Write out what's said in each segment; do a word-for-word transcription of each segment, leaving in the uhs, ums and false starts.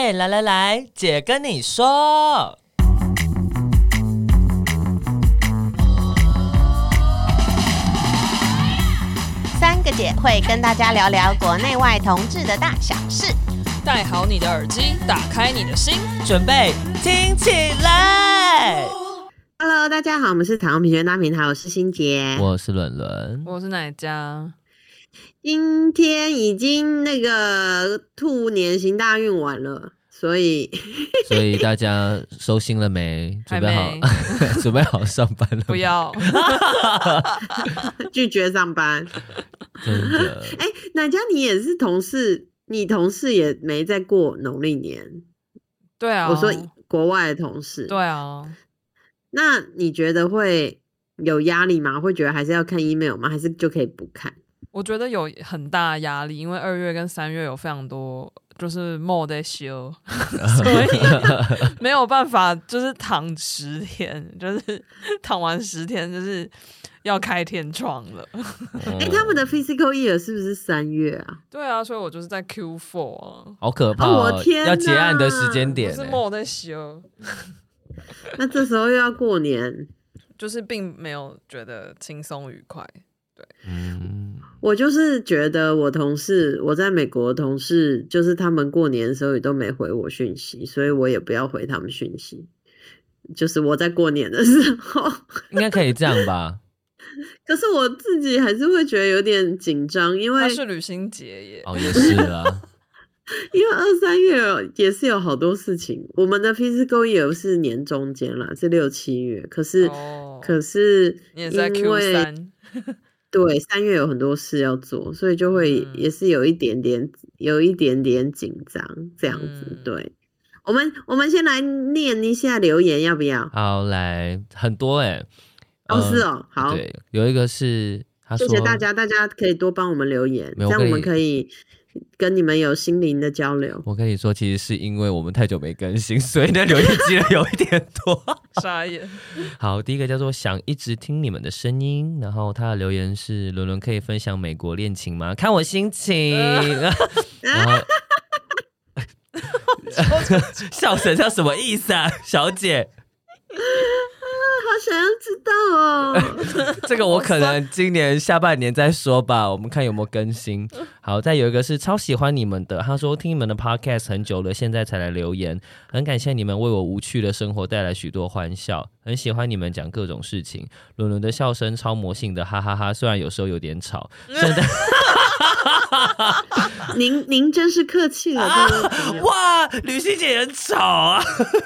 嘿，来来来，姐跟你说。 三个姐会跟大家聊聊国内外同志的大小事。 戴好你的耳机，打开你的心， 准备听起来。 Hello， 大家好，我们是彩虹平权大平台，我是欣杰， 我是伦伦， 我是奶家。 今天已经那个兔年行大运完了，所以所以大家收心了没？准备好准备好上班了吗？ 不要拒绝上班。 真的。 哎、欸，奶家你也是同事，你同事也没在过农历年。 对啊， 我说国外的同事。 对啊。 那你觉得会有压力吗？会觉得还是要看 email 吗？还是就可以不看？ 我觉得有很大的压力，因为二月跟三月有非常多就是末在休，所以没有办法就是躺十天，就是躺完十天就是要开天窗了。 哎、欸，他们的 physical year 是不是三月啊？ 对啊，所以我就是在 Q 四 啊， 好可怕、哦！ 我天， 要结案的时间点、欸， 不是末在休。 那这时候又要过年， 就是并没有觉得轻松愉快。对， 嗯， 我就是觉得我同事，我在美国的同事，就是他们过年的时候也都没回我讯息，所以我也不要回他们讯息。就是我在过年的时候， 应该可以这样吧？ 可是我自己还是会觉得有点紧张，因为它是旅行节耶。 哦，也是啊。 因为二三月也是有好多事情，我们的 physical year 是年中间啦，是六七月，可是、哦、可是你也在 Q 三。 对，三月有很多事要做，所以就会也是有一点点、嗯、有一点点紧张这样子。嗯、对，我们我们先来念一下留言，要不要？ 好，来，很多哎、欸。 哦，是哦，好， 对，有一个是他说， 谢谢大家，大家可以多帮我们留言，这样我们可以跟你们有心灵的交流。 我跟你说，其实是因为我们太久没更新，所以那留言积了有一点多。 傻眼。好， 第一个叫做想一直听你们的声音，然后他的留言是伦伦可以分享美国恋情吗？看我心情。然后笑成像什么意思啊，小姐？ 好想要知道哦。 这个我可能今年下半年再说吧，我们看有没有更新。好，再有一个是超喜欢你们的，他说听你们的 podcast 很久了，现在才来留言，很感谢你们为我无趣的生活带来许多欢笑，很喜欢你们讲各种事情，伦伦的笑声超魔性的，哈哈哈哈，虽然有时候有点吵。 您您真是客气了。啊、 哇，吕欣姐很吵啊。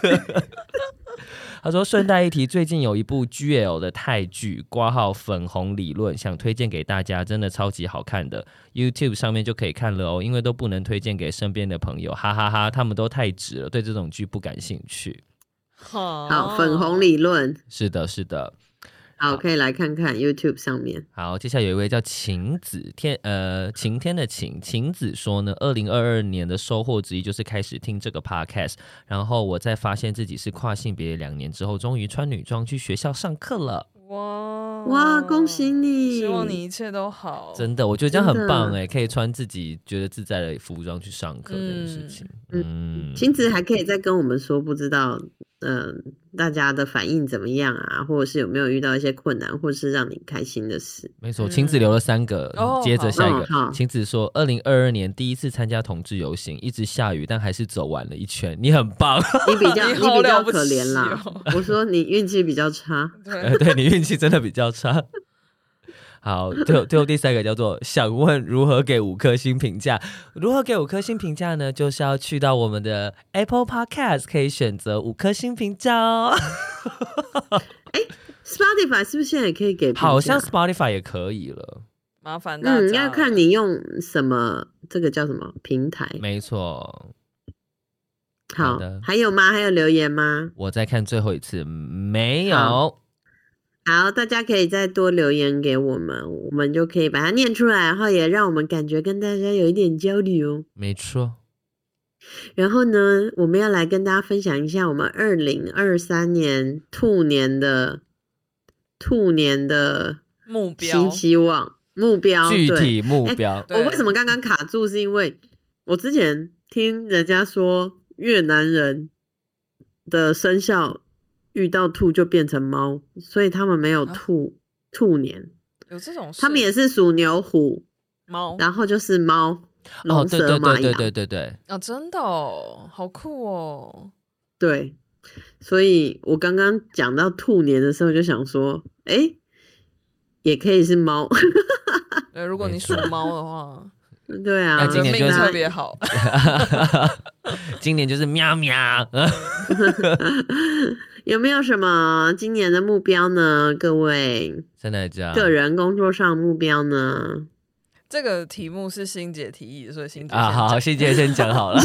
他说顺带一提，最近有一部 G L 的泰剧括号粉红理论，想推荐给大家，真的超级好看的， YouTube 上面就可以看了哦，因为都不能推荐给身边的朋友，哈哈哈哈，他们都太直了，对这种剧不感兴趣。 好，粉红理论， 是的是的。 好，可以来看看 YouTube 上面。 好，接下来有一位叫晴子天，呃，晴天的晴，晴子说呢，二零二二年的收获之一就是开始听这个 podcast， 然后我在发现自己是跨性别两年之后，终于穿女装去学校上课了。 哇哇，恭喜你！ 希望你一切都好。 真的，我觉得这样很棒哎，可以穿自己觉得自在的服装去上课这件事情。 嗯，晴子还可以再跟我们说，不知道嗯、呃，大家的反应怎么样啊？或者是有没有遇到一些困难，或者是让你开心的事？ 没错，晴子留了三个，嗯、接着下一个。晴、哦、子说，二零二二年第一次参加同志游行，一直下雨，但还是走完了一圈。你很棒， 你比较你比较可怜啦。我说你运气比较差， 对、呃，对你运气真的比较差。好，最后最后第三个叫做想问如何给五颗星评价？如何给五颗星评价呢？就是要去到我们的 Apple Podcast， 可以选择五颗星评价哦。 哎，Spotify 是不是现在也可以给评价？ 好像 Spotify 也可以了， 麻烦大家。 嗯，要看你用什么，这个叫什么平台？ 没错。 好，好的，还有吗？还有留言吗？ 我再看最后一次，没有。 好，好，大家可以再多留言给我们，我们就可以把它念出来，然后也让我们感觉跟大家有一点交流。 没错。 然后呢，我们要来跟大家分享一下我们二零二三年兔年的兔年的目标、 新希望、目标、 具体目标。 我为什么刚刚卡住？是因为我之前听人家说， 越南人的生肖遇到兔就变成猫，所以他们没有兔、啊、兔年。 有这种事？ 他们也是属牛虎猫， 然后就是猫龙蛇马羊。 对对对对对啊，真的哦，好酷哦。 对，所以我刚刚讲到兔年的时候就想说，哎、欸，也可以是猫。 对，如果你属猫的话， 对啊， 今年就是命特别好。 今年就是喵喵。 有没有什么今年的目标呢？各位， 真的假？ 个人工作上目标呢？ 这个题目是欣姐提议的，所以欣姐啊，好，欣姐先讲好了。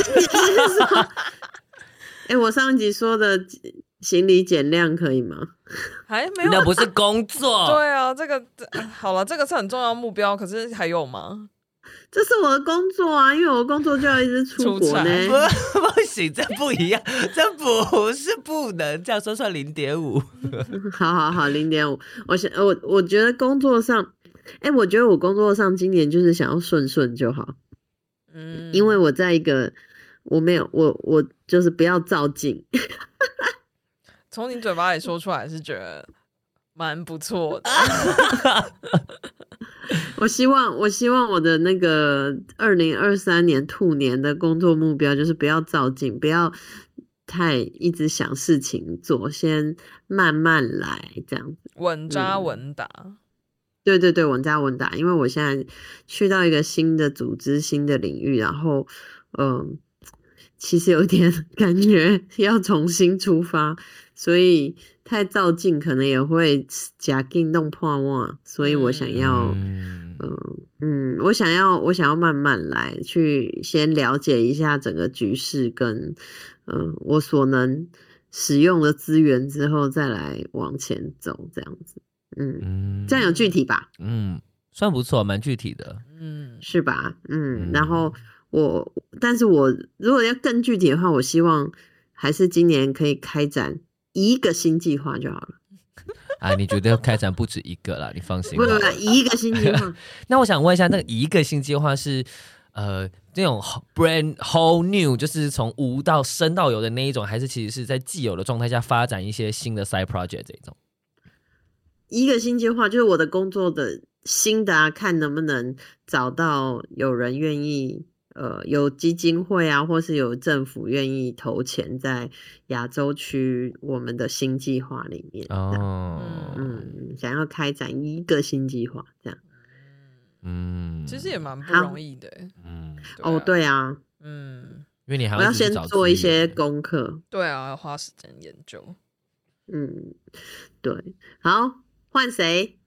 哎、欸，我上一集说的行李减量可以吗？ 还没有， 那不是工作。 对啊，这个好了，这个是很重要的目标，可是还有吗？ 这是我的工作啊，因为我的工作就要一直出国呢。 不, 不行，这不一样，这不是不能这样说，算零点五。 好好好，零点五。我想，我我觉得工作上，哎、欸，我觉得我工作上今年就是想要顺顺就好。嗯，因为我在一个，我没有，我我就是不要照镜。 从你嘴巴里说出来是觉得蛮不错的。 我希望，我希望我的那个二零二三年兔年的工作目标就是不要照镜，不要太一直想事情做，先慢慢来，这样子稳扎稳打。嗯、 对对对，稳扎稳打。因为我现在去到一个新的组织、新的领域，然后嗯、呃，其实有点感觉要重新出发，所以太照镜可能也会假镜弄破碗，所以我想要，嗯、呃、嗯，我想要我想要慢慢来，去先了解一下整个局势跟，嗯、呃，我所能使用的资源之后，再来往前走，这样子，嗯，嗯这样有具体吧？ 嗯，算不错，蛮具体的， 嗯， 是吧？嗯，嗯然后我，但是我如果要更具体的话，我希望还是今年可以开展一个新计划就好了。 啊，你觉得要开展不止一个啦，你放心。 不不不，一个新计划。 那我想问一下，那个一个新计划是呃那种 brand whole new， 就是从无到生到有的那一种，还是其实是在既有的状态下发展一些新的 side project 这种？ 一个新计划就是我的工作的新的啊，看能不能找到有人愿意。呃，有基金会啊，或是有政府愿意投钱在亚洲区我们的新计划里面。哦，嗯，想要开展一个新计划，这样。 嗯，其实也蛮不容易的。嗯， 对啊哦，对啊， 嗯， 因为你还要我要先做一些功课。 对啊，要花时间研究。 嗯，对，好，换谁？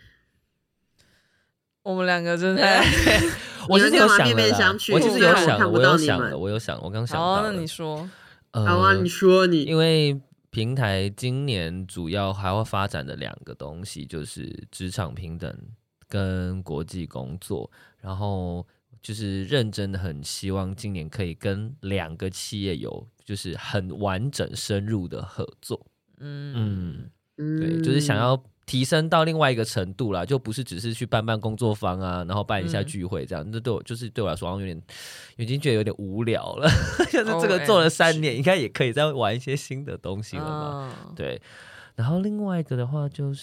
我们两个真的。 我就是有想了，我就是有想了，我有想了，我有想，我刚想到了。 好、啊，那你说。 呃、好啊，你说你。 因为平台今年主要还要发展的两个东西，就是职场平等跟国际工作，然后就是认真的很希望今年可以跟两个企业有就是很完整深入的合作。嗯嗯，对，就是想要。提升到另外一个程度啦，就不是只是去办办工作坊啊，然后办一下聚会这样，那、嗯、对我就是对我来说好像有点，已经觉得有点无聊了。就是这个做了三年， oh, 应该也可以再玩一些新的东西了嘛。Oh. 对，然后另外一个的话就是，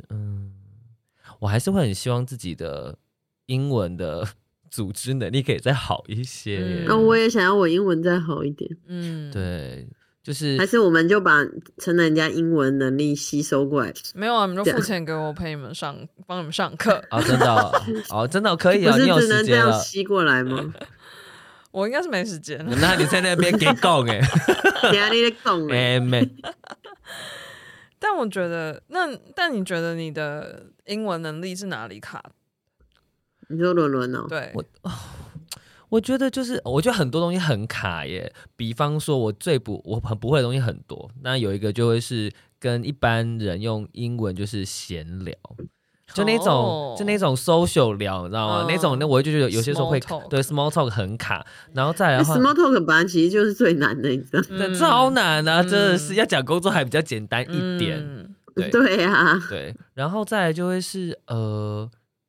嗯，我还是会很希望自己的英文的组织能力可以再好一些。 嗯，哦、我也想要我英文再好一点。 嗯，对。就是还是我们就把成人家英文能力吸收过来。 没有啊，你们就付钱给我陪你们上，帮你们上课。 哦，真的哦，哦真的可以啊， 不是你有只能这样时间了。 吸过来吗？ 我应该是没时间。 那你在那边给讲哎， 等下你在讲哎。 但我觉得，那但你觉得你的英文能力是哪里卡？ 你说伦伦哦？ 对。 我我觉得就是，我觉得很多东西很卡耶。比方说，我最不我很不会的东西很多。那有一个就会是跟一般人用英文就是闲聊，就那种、oh. 就那种 social 聊，你知道吗？ uh, 那种那我就觉得有些时候会对 small talk 很卡，然后再来的话 small talk 本来其实就是最难的，你知道吗？ 嗯、超难啊！真的是、嗯、要讲工作还比较简单一点。嗯、对对啊， 对，然后再来就会是呃。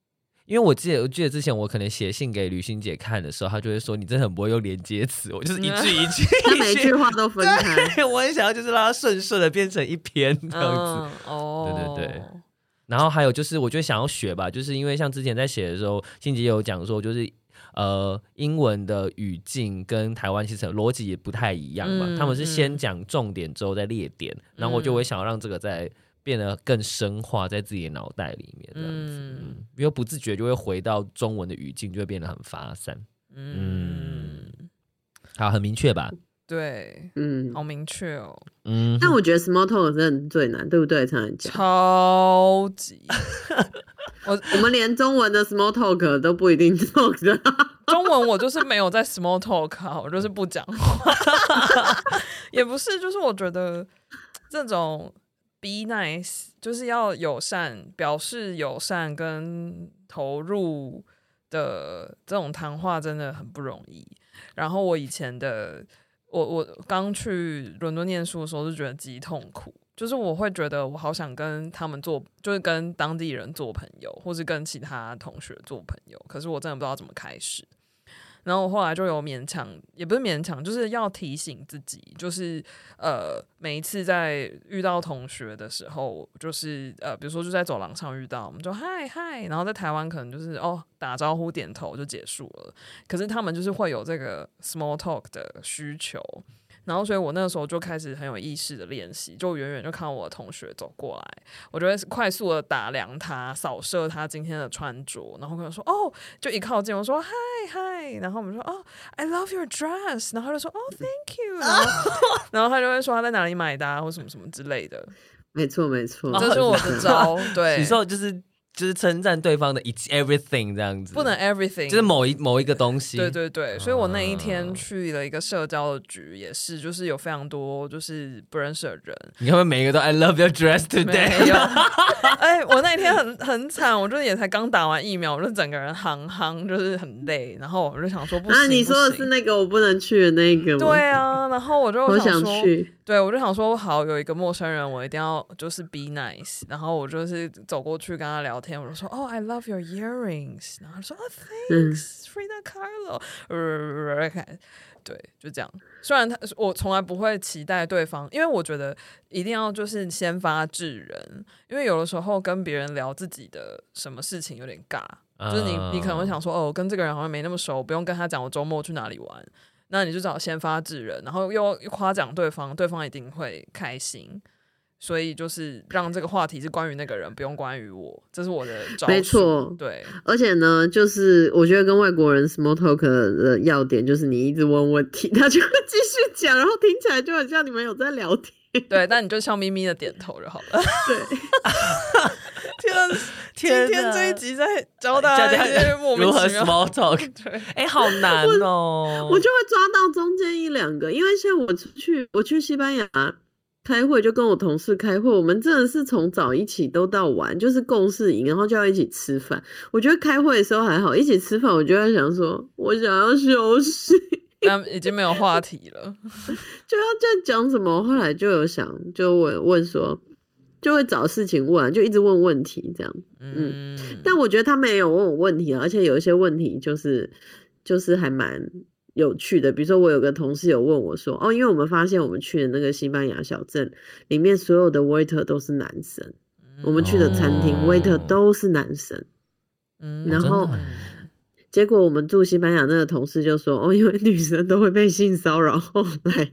因为我记得我记得之前我可能写信给吕欣姐看的时候，她就会说你真的很不会用连接词，我就是一句一句， 那每句话都分开。 我很想要就是让它顺顺的变成一篇这样子。 嗯、哦， 对对对。然后还有就是，我就想要学吧，就是因为像之前在写的时候，欣姐有讲说，就是呃，英文的语境跟台湾其实逻辑也不太一样嘛，嗯、他们是先讲重点之后再列点，嗯、然后我就会想要让这个再变得更深化在自己的脑袋里面，这样子，嗯嗯、因为不自觉就会回到中文的语境，就会变得很发散。嗯，嗯好，很明确吧？ 对，嗯，好明确哦。 嗯，但我觉得 small talk 真的最难，对不对？常常讲， 超级。 我我们连中文的 small talk 都不一定 talk 的。 中文我就是没有在 small talk 啊，我就是不讲话。也不是，就是我觉得这种 be nice 就是要友善，表示友善跟投入的这种谈话真的很不容易。然后我以前的。我我刚去伦敦念书的时候就觉得极痛苦，就是我会觉得我好想跟他们做，就是跟当地人做朋友，或是跟其他同学做朋友，可是我真的不知道怎么开始。然后我后来就有勉强，也不是勉强，就是要提醒自己，就是呃，每一次在遇到同学的时候，就是呃，比如说就在走廊上遇到，我们就嗨嗨，然后在台湾可能就是哦打招呼点头就结束了，可是他们就是会有这个 small talk 的需求。然后所以我那个时候就开始很有意识的练习，就远远就看到我的同学走过来，我就会快速的打量他，扫射他今天的穿着，然后跟他说哦，就一靠近我说嗨嗨，然后我们说哦 I love your dress， 然后他就说哦 thank you， 然后, 然后他就会说他在哪里买的啊或什么什么之类的。 没错没错， 这是我的招。对， 你说就是就是称赞对方的 everything 这样子， 不能 everything， 就是某一某一个东西。 对对对，所以我那一天去了一个社交的局，也是就是有非常多就是不认识的人。 你看，每一个都 I love your dress today。 没有，哎，我那一天很很惨，我就也才刚打完疫苗，我就整个人夯夯，就是很累。然后我就想说，不行， 啊，你说的是那个我不能去的那个吗？ 对啊，然后我就我想想去。 对，我就想说，好，有一个陌生人，我一定要就是 be nice， 然后我就是走过去跟他聊天，我就说，哦 ，I love your earrings， 然后他说，哦 ，thanks， Frida Kahlo， 呃，对，就这样。虽然他我从来不会期待对方，因为我觉得一定要就是先发制人，因为有的时候跟别人聊自己的什么事情有点尬，就是你你可能会想说，哦，我跟这个人好像没那么熟，不用跟他讲我周末去哪里玩。那你就只好先发制人，然后又夸奖对方，对方一定会开心。所以就是让这个话题是关于那个人，不用关于我，这是我的招数。 没错， 对。 而且呢，就是我觉得跟外国人 small talk 的要点就是你一直问问题，他就会继续讲，然后听起来就很像你们有在聊天。 对，但你就笑眯眯的点头就好了。 对。 天，今天这一集在教大家一些莫名其妙如何 small talk。对，哎，好难哦。 我, 我就会抓到中间一两个，因为像我去我去西班牙开会，就跟我同事开会，我们真的是从早一起都到晚，就是共识营，然后就要一起吃饭。我觉得开会的时候还好，一起吃饭，我就在想说，我想要休息。 但已经没有话题了， 就要在讲什么？后来就有想，就问问说，就会找事情问，就一直问问题这样。嗯，嗯但我觉得他们也有问我问题，而且有一些问题就是就是还蛮有趣的。比如说，我有个同事有问我说，哦，因为我们发现我们去的那个西班牙小镇里面所有的 waiter 都是男生，嗯、我们去的餐厅、哦、waiter 都是男生，嗯，然后。结果我们住西班牙那个同事就说，哦，因为女生都会被性骚扰，后来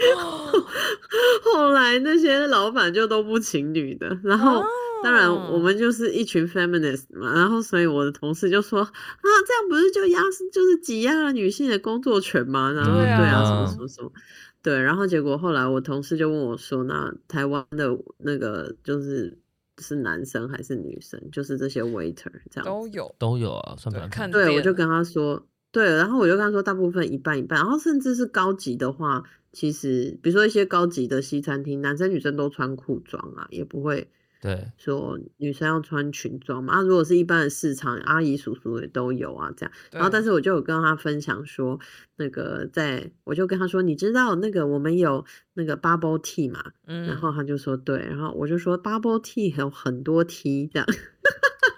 后来那些老板就都不请女的，然后当然我们就是一群 feminist 嘛，然后所以我的同事就说，啊，这样不是就压就是挤压了女性的工作权吗？然后对啊，什么什么什么，对，然后结果后来我同事就问我说，那台湾的那个就是是男生还是女生，就是这些 waiter 这样都有都有啊，算蛮看对，我就跟他说，对，然后我就跟他说大部分一半一半，然后甚至是高级的话，其实比如说一些高级的西餐厅，男生女生都穿裤装啊，也不会对说女生要穿裙装嘛。啊，如果是一般的市场，阿姨叔叔也都有啊，这样。然后但是我就有跟他分享说，那个在我就跟他说，你知道那个我们有那个 bubble tea 嘛？嗯，然后他就说对，然后我就说 bubble tea 有很多 tea 这样。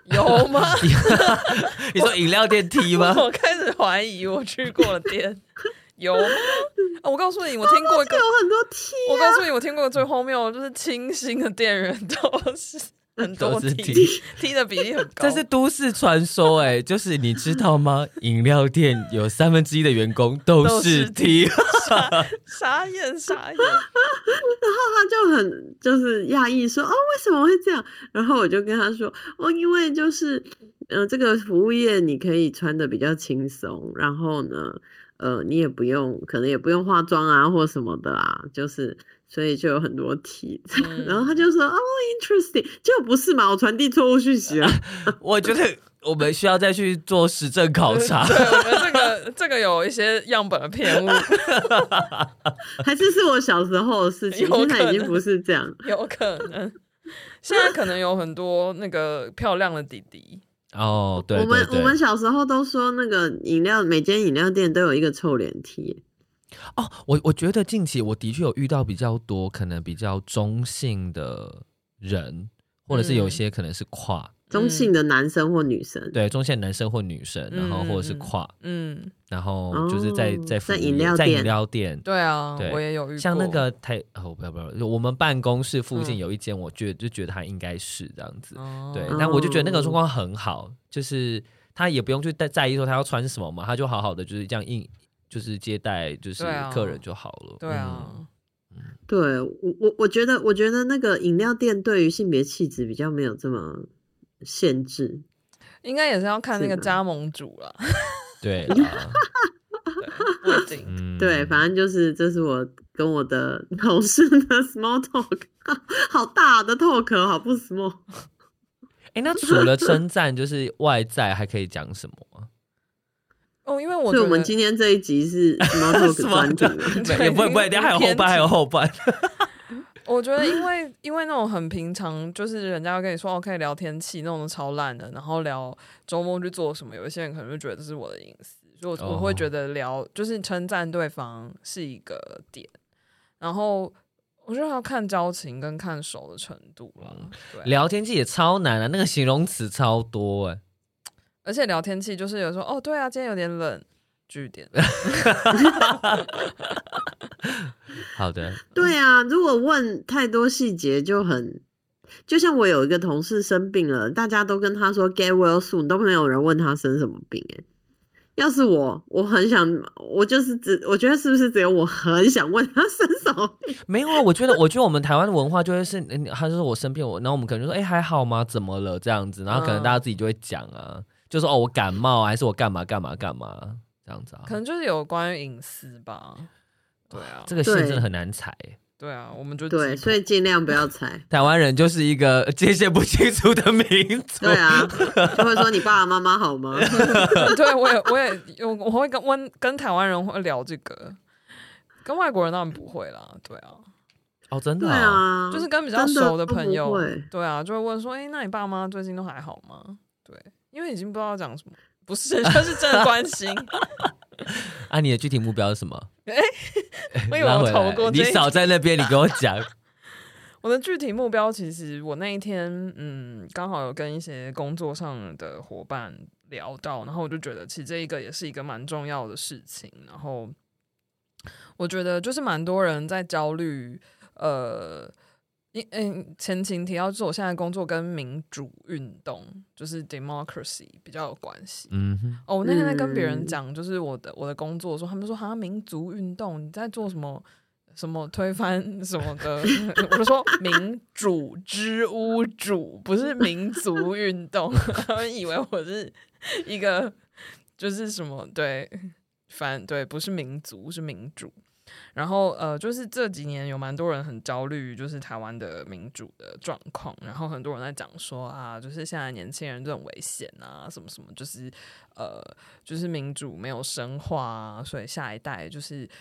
有吗？ 你说饮料店 T 吗？ 我开始怀疑我去过的店有吗？啊、我告诉你，我听过一个有很多 T，、啊、 我告诉你，我听过最荒谬的就是清新的店员都是很多 T T 的比例很高， 这是都市传说哎、欸，就是你知道吗？饮料店有三分之一的员工都是 T， 傻, 傻眼傻眼。 然后他就很就是讶异说：“哦，为什么会这样？”然后我就跟他说：“哦，因为就是呃，这个服务业你可以穿的比较轻松，然后呢，呃，你也不用可能也不用化妆啊或什么的啊，就是所以就有很多 T。嗯”然后他就说：“哦 ，interesting。”结果不是嘛？我传递错误讯息了。 我觉得我们需要再去做实证考察。 对，我觉得这个这个有一些样本的偏误， 还是是我小时候的事情，现在已经不是这样， 有可能。现在可能有很多那个漂亮的弟弟哦，对对对，我们对， 我们小时候都说那个饮料，每间饮料店都有一个臭脸T。 哦，我我觉得近期我的确有遇到比较多可能比较中性的人，或者是有些可能是跨。 嗯中性的男生或女生， 对，中性男生或女生，然后或者是跨，嗯，然后就是在、 哦、 在在饮料店， 在饮料店， 对啊， 对， 我也有遇过， 像那个台哦，不要不要，我们办公室附近有一间，我觉得就觉得他应该是这样子，嗯、对，但我就觉得那个状况很好，就是他也不用去在意说他要穿什么嘛，他就好好的就是这样应，就是接待就是客人就好了， 对啊。 嗯对我我我觉得我觉得那个饮料店对于性别气质比较没有这么限制， 应该也是要看那个加盟主啦。 对啦， 不一定、 嗯。 对，反正就是这是我跟我的同事的 small talk， 好大的 talk， 好不 small。 哎、欸，那除了称赞，就是外在还可以讲什么吗？ 哦，因为我所以我们今天这一集是 small talk 专题， 也不会不会，等一下还有后半，还有后半。 我觉得因为因为那种很平常，就是人家会跟你说哦可以聊天气那种超烂的，然后聊周末去做什么，有一些人可能就觉得这是我的隐私，所以我、oh. 我会觉得聊就是称赞对方是一个点，然后我觉得要看交情跟看熟的程度啦、嗯对啊。 聊天气也超难啊，那个形容词超多哎、欸， 而且聊天气就是有时候哦对啊，今天有点冷。句点好的， 对啊，如果问太多细节就很，就像我有一个同事生病了，大家都跟他说 get well soon， 都没有人问他生什么病哎、欸。要是我，我很想，我就是只，我觉得是不是只有我很想问他生什么病？ 没有啊，我觉得，我觉得我们台湾的文化就会是，他就说我生病，我，然后我们可能就说，哎、欸，还好吗？怎么了？这样子，然后可能大家自己就会讲啊，嗯、就说哦，我感冒，还是我干嘛干嘛干嘛。这样子啊， 可能就是有关于隐私吧，对啊， 这个线真的很难踩、欸。 对啊，我们就对，所以尽量不要踩。 台湾人就是一个界限不清楚的民族。 对啊，就会说你爸爸妈妈好吗？ 对，我也我也我会跟温跟台湾人会聊这个，跟外国人当然不会啦。对啊， 哦，真的、 啊，对啊， 就是跟比较熟的朋友， 的对啊，就会问说，哎、欸，那你爸妈最近都还好吗？对，因为已经不知道讲什么。不是，就是真的关心。 啊，你的具体目标是什么？ 哎、欸，我以为我投过这一， 你少在那边，你给我讲。 我的具体目标，其实我那一天，嗯，刚好有跟一些工作上的伙伴聊到，然后我就觉得，其实这一个也是一个蛮重要的事情。然后我觉得，就是蛮多人在焦虑，呃。因嗯，前情提要就是我现在工作跟民主运动，就是 democracy 比较有关系。嗯哼，哦，我那天在跟别人讲，就是我的我的工作的时候，他们说好像民族运动，你在做什么什么推翻什么的，我就说民主之屋主不是民族运动，他们以为我是一个就是什么对反对，不是民族是民主。然后呃，就是这几年有蛮多人很焦虑，就是台湾的民主的状况。然后很多人在讲说啊，就是现在年轻人就很危险啊，什么什么，就是呃，就是民主没有深化啊，所以下一代就是就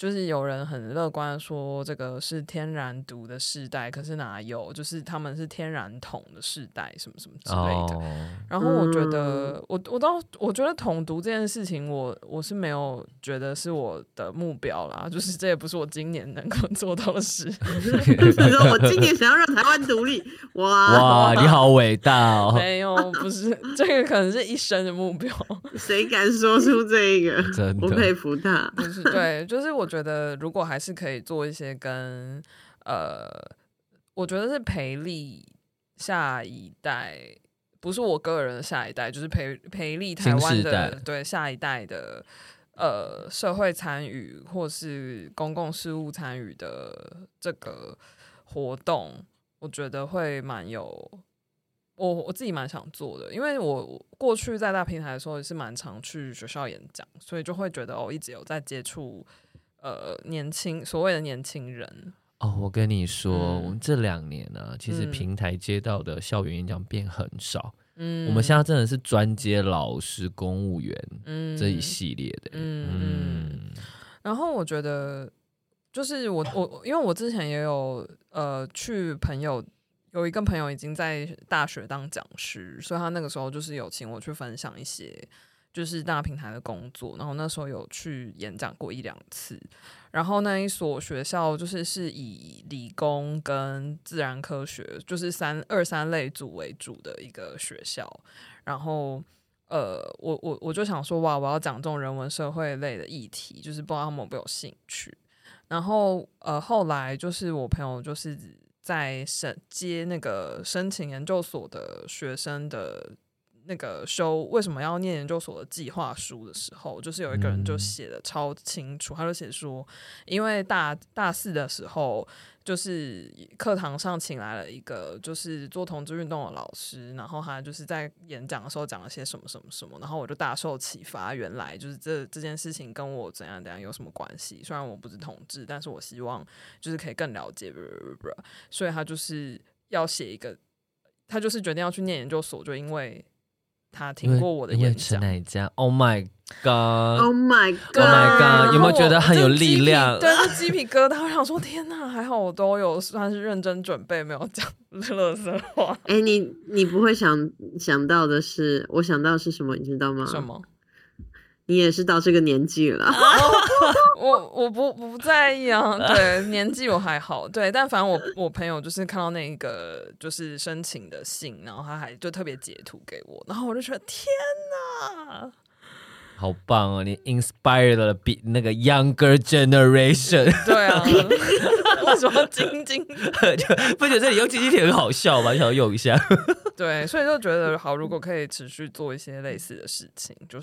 就是有人很乐观说这个是天然毒的世代，可是哪有，就是他们是天然统的世代，什么什么之类的。哦、然后我觉得，嗯、我我倒我觉得统独这件事情我，我我是没有觉得是我的目标啦，就是这也不是我今年能够做到的事。 是说我今年想要让台湾独立，哇哇，你好伟大哦！ 没有，不是这个，可能是一生的目标。 谁敢说出这个？ 真的， 我佩服他。 不是对，就是我觉得如果还是可以做一些跟呃，我觉得是培力下一代，不是我个人的下一代，就是培培力台湾的对下一代的呃社会参与或是公共事务参与的这个活动，我觉得会蛮有。我我自己蛮想做的，因为我过去在大平台的时候也是蛮常去学校演讲，所以就会觉得我、哦、一直有在接触呃年轻所谓的年轻人。 哦，我跟你说，嗯、我们这两年呢、啊，其实平台接到的校园演讲变很少。嗯，我们现在真的是专接老师、公务员、嗯、这一系列的。嗯嗯。 嗯然后我觉得，就是我我因为我之前也有呃去朋友。有一个朋友已经在大学当讲师，所以他那个时候就是有请我去分享一些就是大平台的工作，然后那时候有去演讲过一两次。然后那一所学校就是是以理工跟自然科学，就是三二三类组为主的一个学校。然后呃，我我我就想说，哇，我要讲这种人文社会类的议题，就是不知道他们有没有兴趣。然后呃，后来就是我朋友就是。在审接那个申请研究所的学生的那个修为什么要念研究所的计划书的时候，就是有一个人就写的超清楚，嗯、他就写说，因为大大四的时候，就是课堂上请来了一个就是做同志运动的老师，然后他就是在演讲的时候讲了些什么什么什么，然后我就大受启发，原来就是这这件事情跟我怎样怎样有什么关系。虽然我不是同志，但是我希望就是可以更了解，所以他就是要写一个，他就是决定要去念研究所，就因为。他听过我的演讲， 哪一家 ？Oh my god! Oh my god! Oh my god! 有没有觉得很有力量？ 对，就鸡皮疙瘩。我想说，天哪，还好我都有算是认真准备，没有讲垃圾话。 哎、欸，你你不会想想到的是，我想到的是什么？你知道吗？ 什么？ 你也是到这个年纪了， 我我不不在意啊，对年纪我还好，对，但反正我我朋友就是看到那个就是申请的信，然后他还就特别截图给我，然后我就觉得天哪， 好棒哦，你 inspired 了比那个 younger generation， 对啊，为什么晶晶不觉得这里用晶晶体很好笑吗？想要用一下， 对，所以就觉得好，如果可以持续做一些类似的事情，就是。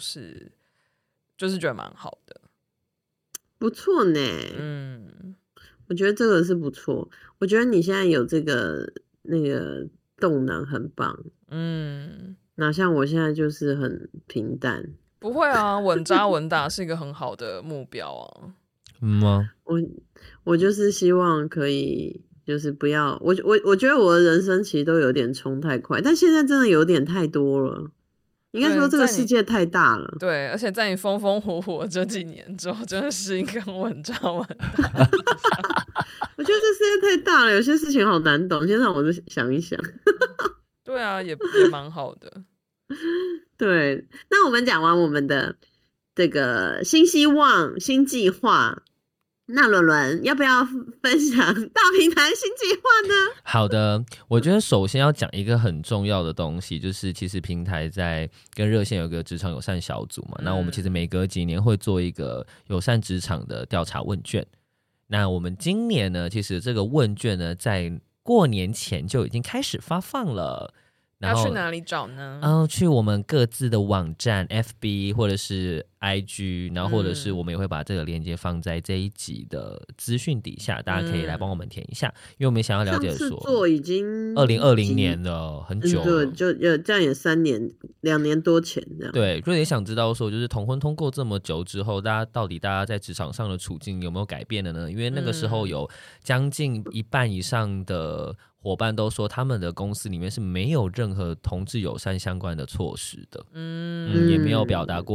就是觉得蛮好的， 不错呢。嗯，我觉得这个是不错。我觉得你现在有这个那个动能很棒。嗯，哪像我现在就是很平淡。 不会啊，稳扎稳打是一个很好的目标啊。 嗯吗？ 我我就是希望可以，就是不要我我我觉得我的人生其实都有点冲太快，但现在真的有点太多了。应该说这个世界太大了， 对，而且在你风风火火这几年之后，真的是一个稳扎稳打。 我觉得这世界太大了，有些事情好难懂，先让我就想一想。 对啊，也也蛮好的。 对，那我们讲完我们的这个新希望、新计划。那伦伦要不要分享大平台新计划呢？ 好的，我觉得首先要讲一个很重要的东西，就是其实平台在跟热线有个职场友善小组嘛，嗯、那我们其实每隔几年会做一个友善职场的调查问卷。那我们今年呢，其实这个问卷呢，在过年前就已经开始发放了。 要去哪里找呢？ 嗯，去我们各自的网站 F B 或者是 I G， 然后或者是我们也会把这个链接放在这一集的资讯底下，大家可以来帮我们填一下，因为我们想要了解说， 做已经二零二零年了，很久了， 嗯、对，就这样也三年，两年多前这样。 对，如果你想知道说，就是同婚通过这么久之后，大家到底大家在职场上的处境有没有改变了呢？因为那个时候有将近一半以上的伙伴都说他们的公司里面是没有任何同志友善相关的措施的，嗯，嗯也没有表达过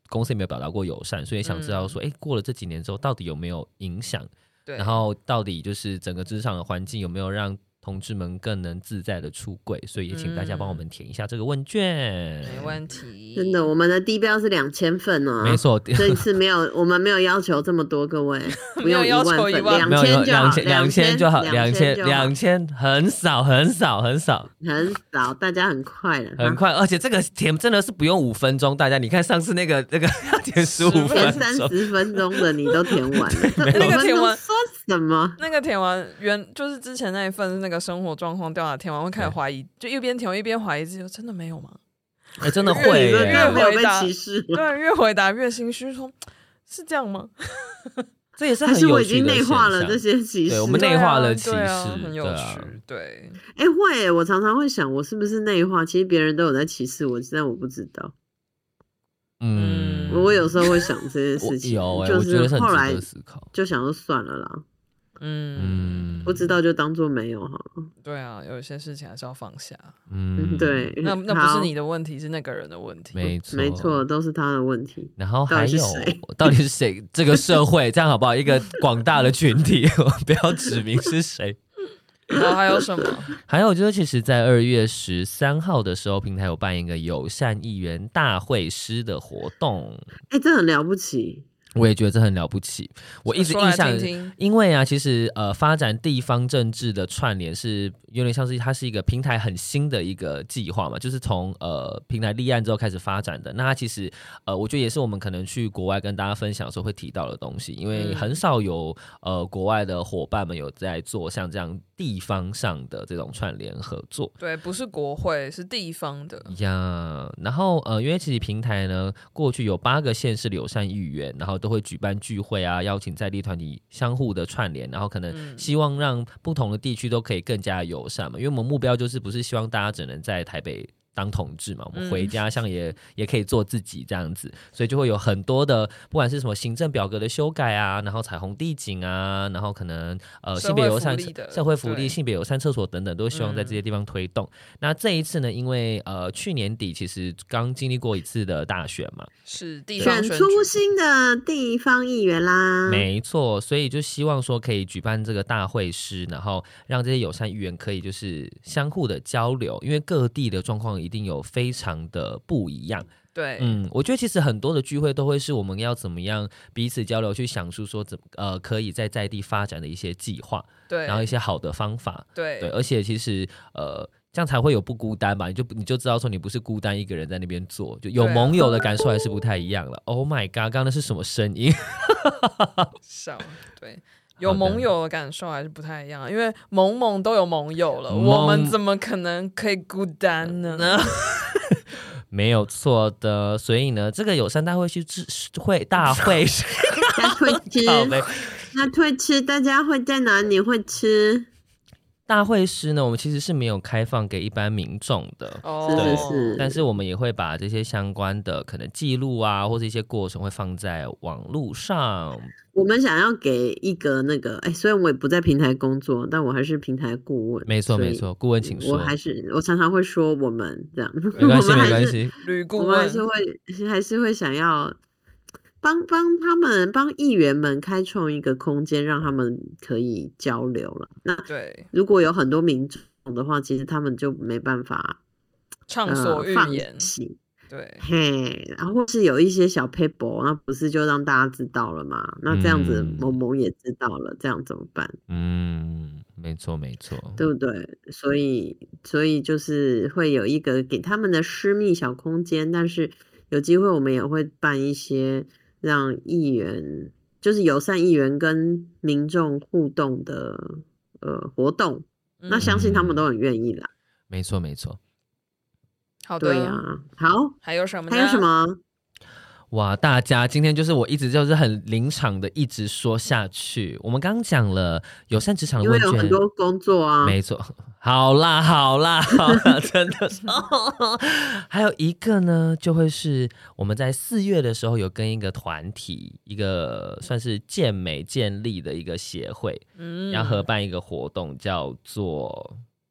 公司也没有表达过友善，所以想知道说，哎、嗯，过了这几年之后，到底有没有影响？对，然后到底就是整个职场的环境有没有让同志们更能自在的出柜？所以也请大家帮我们填一下这个问卷。 没问题， 真的，我们的低标是两千份哦， 没错， 这一次没有，我们没有要求这么多，各位不用一万份，两千就好， 两千就好，两千两千很少很少很少很少，大家很快了， 很快，而且这个填真的是不用五分钟，大家你看上次那个那个要填十五分钟， 填三十分钟的你都填完了， 那个填完说什么？ 那个填完原就是之前那一份是那个生活状况调查，填完会开始怀疑，就一边填一边怀疑自己，真的没有吗？ 哎、欸，真的会耶， 越没有被歧视， 对，越回答越心虚，说是这样吗？ 这也是很有趣的现象， 还是我已经内化了这些歧视？ 对，我们内化了歧视， 对啊对啊，很有趣。对， 哎、欸，会耶，我常常会想，我是不是内化？其实别人都有在歧视我，但我不知道。嗯，我有时候会想这件事情， 有、欸， 就是后来思考就想说算了啦。 嗯， 不知道就当做没有好了。 对啊，有一些事情还是要放下。 嗯，对， 那那不是你的问题，是那个人的问题。 没错， 没错，都是他的问题。 然后还有，到底是谁？这个社会这样好不好？一个广大的群体，不要指明是谁。 然后还有什么？ 还有就是，其实，在二月十三号的时候，平台有办一个友善议员大会师的活动。 哎、欸，这很了不起。 我也觉得这很了不起。我一直印象， 听听因为啊，其实呃，发展地方政治的串联是有点像是它是一个平台很新的一个计划嘛，就是从呃平台立案之后开始发展的。那它其实呃，我觉得也是我们可能去国外跟大家分享的时候会提到的东西，因为很少有呃国外的伙伴们有在做像这样地方上的这种串联合作。 对，不是国会，是地方的呀。然后呃，因为其实平台呢，过去有八个县市友善议员，然后都会举办聚会啊，邀请在地团体相互的串联，然后可能希望让不同的地区都可以更加友善嘛。因为我们目标就是不是希望大家只能在台北当同志嘛，我们回家乡也、嗯、也可以做自己这样子，所以就会有很多的不管是什么行政表格的修改啊，然后彩虹地景啊，然后可能呃性别友善社会福利、性别友善厕所等等，都希望在这些地方推动。嗯、那这一次呢，因为呃去年底其实刚经历过一次的大选嘛， 是地方选出新的地方议员啦， 没错，所以就希望说可以举办这个大会师，然后让这些友善议员可以就是相互的交流，因为各地的状况一定有非常的不一样。 对， 嗯，我觉得其实很多的聚会都会是我们要怎么样彼此交流，去想出说怎呃可以在在地发展的一些计划， 对， 然后一些好的方法， 对对，而且其实呃这样才会有不孤单吧，你就你就知道说你不是孤单一个人在那边做，就有盟友的感受还是不太一样了。啊、Oh my god， 刚刚那是什么声音？ 笑，对。有盟友的感受还是不太一样，因为盟盟都有盟友了，我们怎么可能可以孤单呢？ 没有错的，所以呢，这个友善大会去会大会那会吃，那会吃，大家会在哪里会吃？ 大会师呢，我们其实是没有开放给一般民众的， 哦，是是是， 但是我们也会把这些相关的可能记录啊，或者一些过程会放在网络上。 我们想要给一个那个，哎，虽然我也不在平台工作，但我还是平台顾问。 没错没错，顾问请说。 我还是我常常会说我们这样， 没关系没关系， 吕顾问，我们还是会还是会想要帮帮他们帮议员们开创一个空间，让他们可以交流了。那对， 如果有很多民众的话，其实他们就没办法畅所欲言。 呃对， 嘿，然后或是有一些小 paper， 那不是就让大家知道了嘛？那这样子萌萌也知道了，这样怎么办？ 嗯，没错没错， 对不对？所以所以就是会有一个给他们的私密小空间，但是有机会我们也会办一些让议员，就是友善议员跟民众互动的呃活动，嗯、那相信他们都很愿意啦。 没错没错。 好的， 对呀、啊，好， 还有什么呢？ 还有什么？ 哇，大家今天就是我一直就是很临场的一直说下去。我们刚刚讲了友善职场的问卷， 因为有很多工作啊， 没错。好啦，好啦，好啦，真的是。还有一个呢，就会是我们在四月的时候有跟一个团体，一个算是健美健力的一个协会，嗯，要合办一个活动，叫做。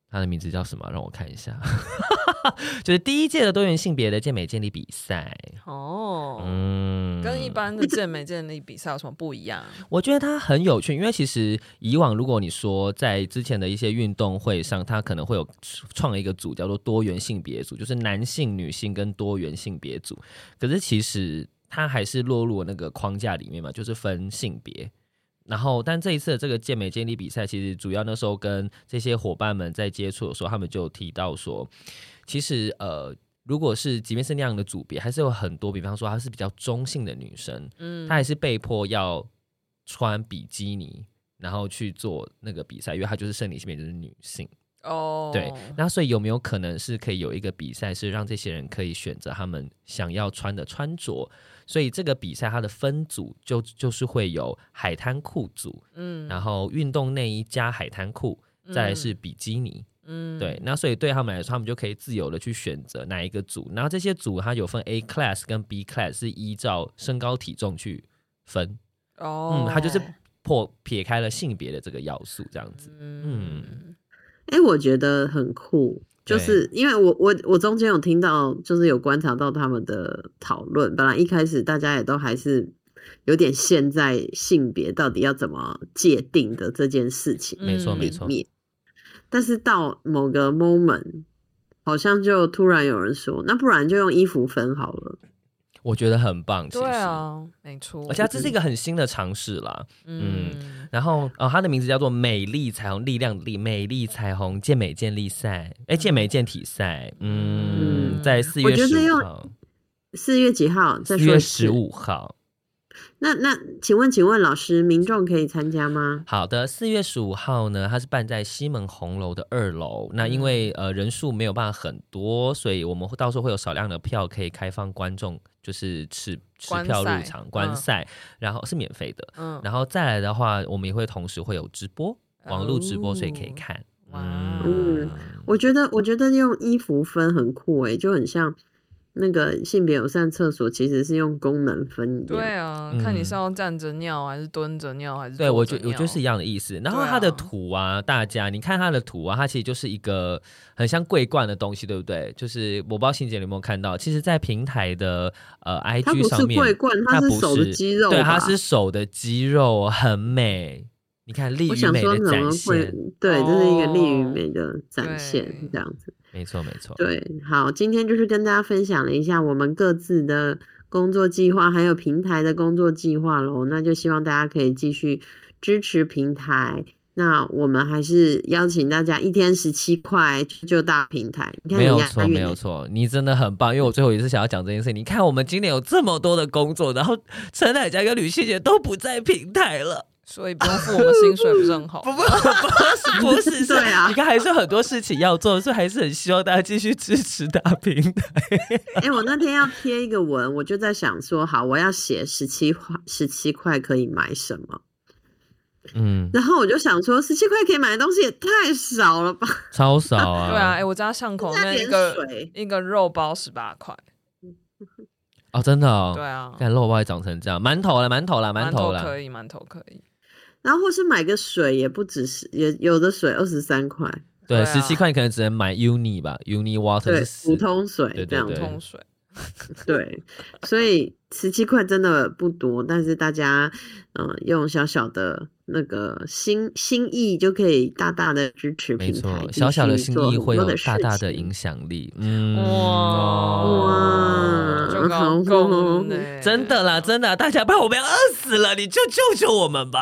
他的名字叫什么？让我看一下，就是第一届的多元性别的健美健力比赛。 哦， 嗯， 跟一般的健美健力比赛有什么不一样？ 我觉得它很有趣，因为其实以往如果你说在之前的一些运动会上，它可能会有创一个组叫做多元性别组，就是男性、女性跟多元性别组。可是其实它还是落入那个框架里面嘛，就是分性别。然后，但这一次的这个健美健力比赛，其实主要那时候跟这些伙伴们在接触的时候，他们就有提到说，其实呃，如果是即便是那样的组别，还是有很多，比方说她是比较中性的女生，嗯，她还是被迫要穿比基尼，然后去做那个比赛，因为她就是生理性别就是女性。 哦， 对，那所以有没有可能是可以有一个比赛，是让这些人可以选择他们想要穿的穿着？所以这个比赛它的分组就就是会有海滩裤组，嗯，然后运动内衣加海滩裤，再来是比基尼，嗯，对，那所以对他们来说，他们就可以自由的去选择哪一个组。然后这些组它有分 A class 跟 B class， 是依照身高体重去分，哦，嗯，它就是破撇开了性别的这个要素，这样子，嗯。 哎、欸，我觉得很酷，就是因为我我我中间有听到，就是有观察到他们的讨论。本来一开始大家也都还是有点陷在性别到底要怎么界定的这件事情， 没错没错。 但是到某个 moment， 好像就突然有人说，那不然就用衣服分好了。 我觉得很棒，其实对啊，没错， 而且这是一个很新的尝试啦，嗯，嗯然后哦，它的名字叫做美丽彩虹力量力美丽彩虹健美健力赛，哎，健美健体赛，嗯，嗯在四月十五号， 四月几号？ 四月十五号。 那那，请问，请问老师，民众可以参加吗？ 好的，四月十五号呢，它是办在西门红楼的二楼。那因为呃人数没有办法很多，所以我们到时候会有少量的票可以开放观众，就是持持票入场观赛，嗯、然后是免费的。嗯，然后再来的话，我们也会同时会有直播，网络直播，所以可以看。 嗯，嗯我觉得我觉得用衣服分很酷诶，就很像。那个性别友善厕所其实是用功能分， 对啊，嗯、看你是要站着尿还是蹲着尿还是对我觉我觉得是一样的意思。然后它的图啊，啊大家你看它的图啊，它其实就是一个很像桂冠的东西，对不对？就是我不知道欣姐有没有看到，其实，在平台的呃 I G 上面， 它不是桂冠，它是手的肌肉， 对，它是手的肌肉，很美。你看力与美的展现， 对，这是一个力与美的展现，这样子。 没错没错， 对，好，今天就是跟大家分享了一下我们各自的工作计划，还有平台的工作计划咯。那就希望大家可以继续支持平台。那我们还是邀请大家一天十七块就大平台，你看没有错没有错，你真的很棒。因为我最后也是想要讲这件事，你看我们今年有这么多的工作，然后陈乃佳跟吕欣姐都不在平台了。 所以不用付我们薪水不是很好？ 不不不是不是， 对啊， 你看还是有很多事情要做，所以还是很希望大家继续支持大平台。 哎欸，我那天要贴一个文，我就在想说，好，我要写十七块，十七块可以买什么？嗯，然后我就想说，十七块可以买的东西也太少了吧？ 超少啊！ 对啊，哎、欸，我家巷口那一个一个肉包十八块。 哦，真的哦。 对啊， 看肉包也长成这样，馒头啦，馒头啦，馒头啦， 可以，馒头可以。 然后或是买个水也不只是，也有的水二十三块。 对，十七块你可能只能买 Uni 吧 ，Uni Water 对，普通水， 对对对， 普通水。 对，所以十七块真的不多，但是大家嗯、呃、用小小的那个心心意就可以大大的支持平台， 没错，小小的心意会有大大的影响力。嗯， 哇哇，就高工真的啦，真的，大家怕我们要饿死了，你就救救我们吧。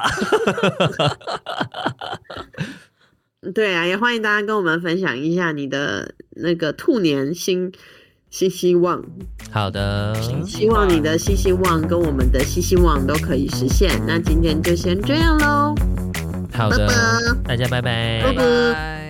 对啊，也欢迎大家跟我们分享一下你的那个兔年新新希望。 好的， 希望你的新希望跟我们的新希望都可以实现。那今天就先这样咯。 好的，拜拜大家拜拜， 拜拜。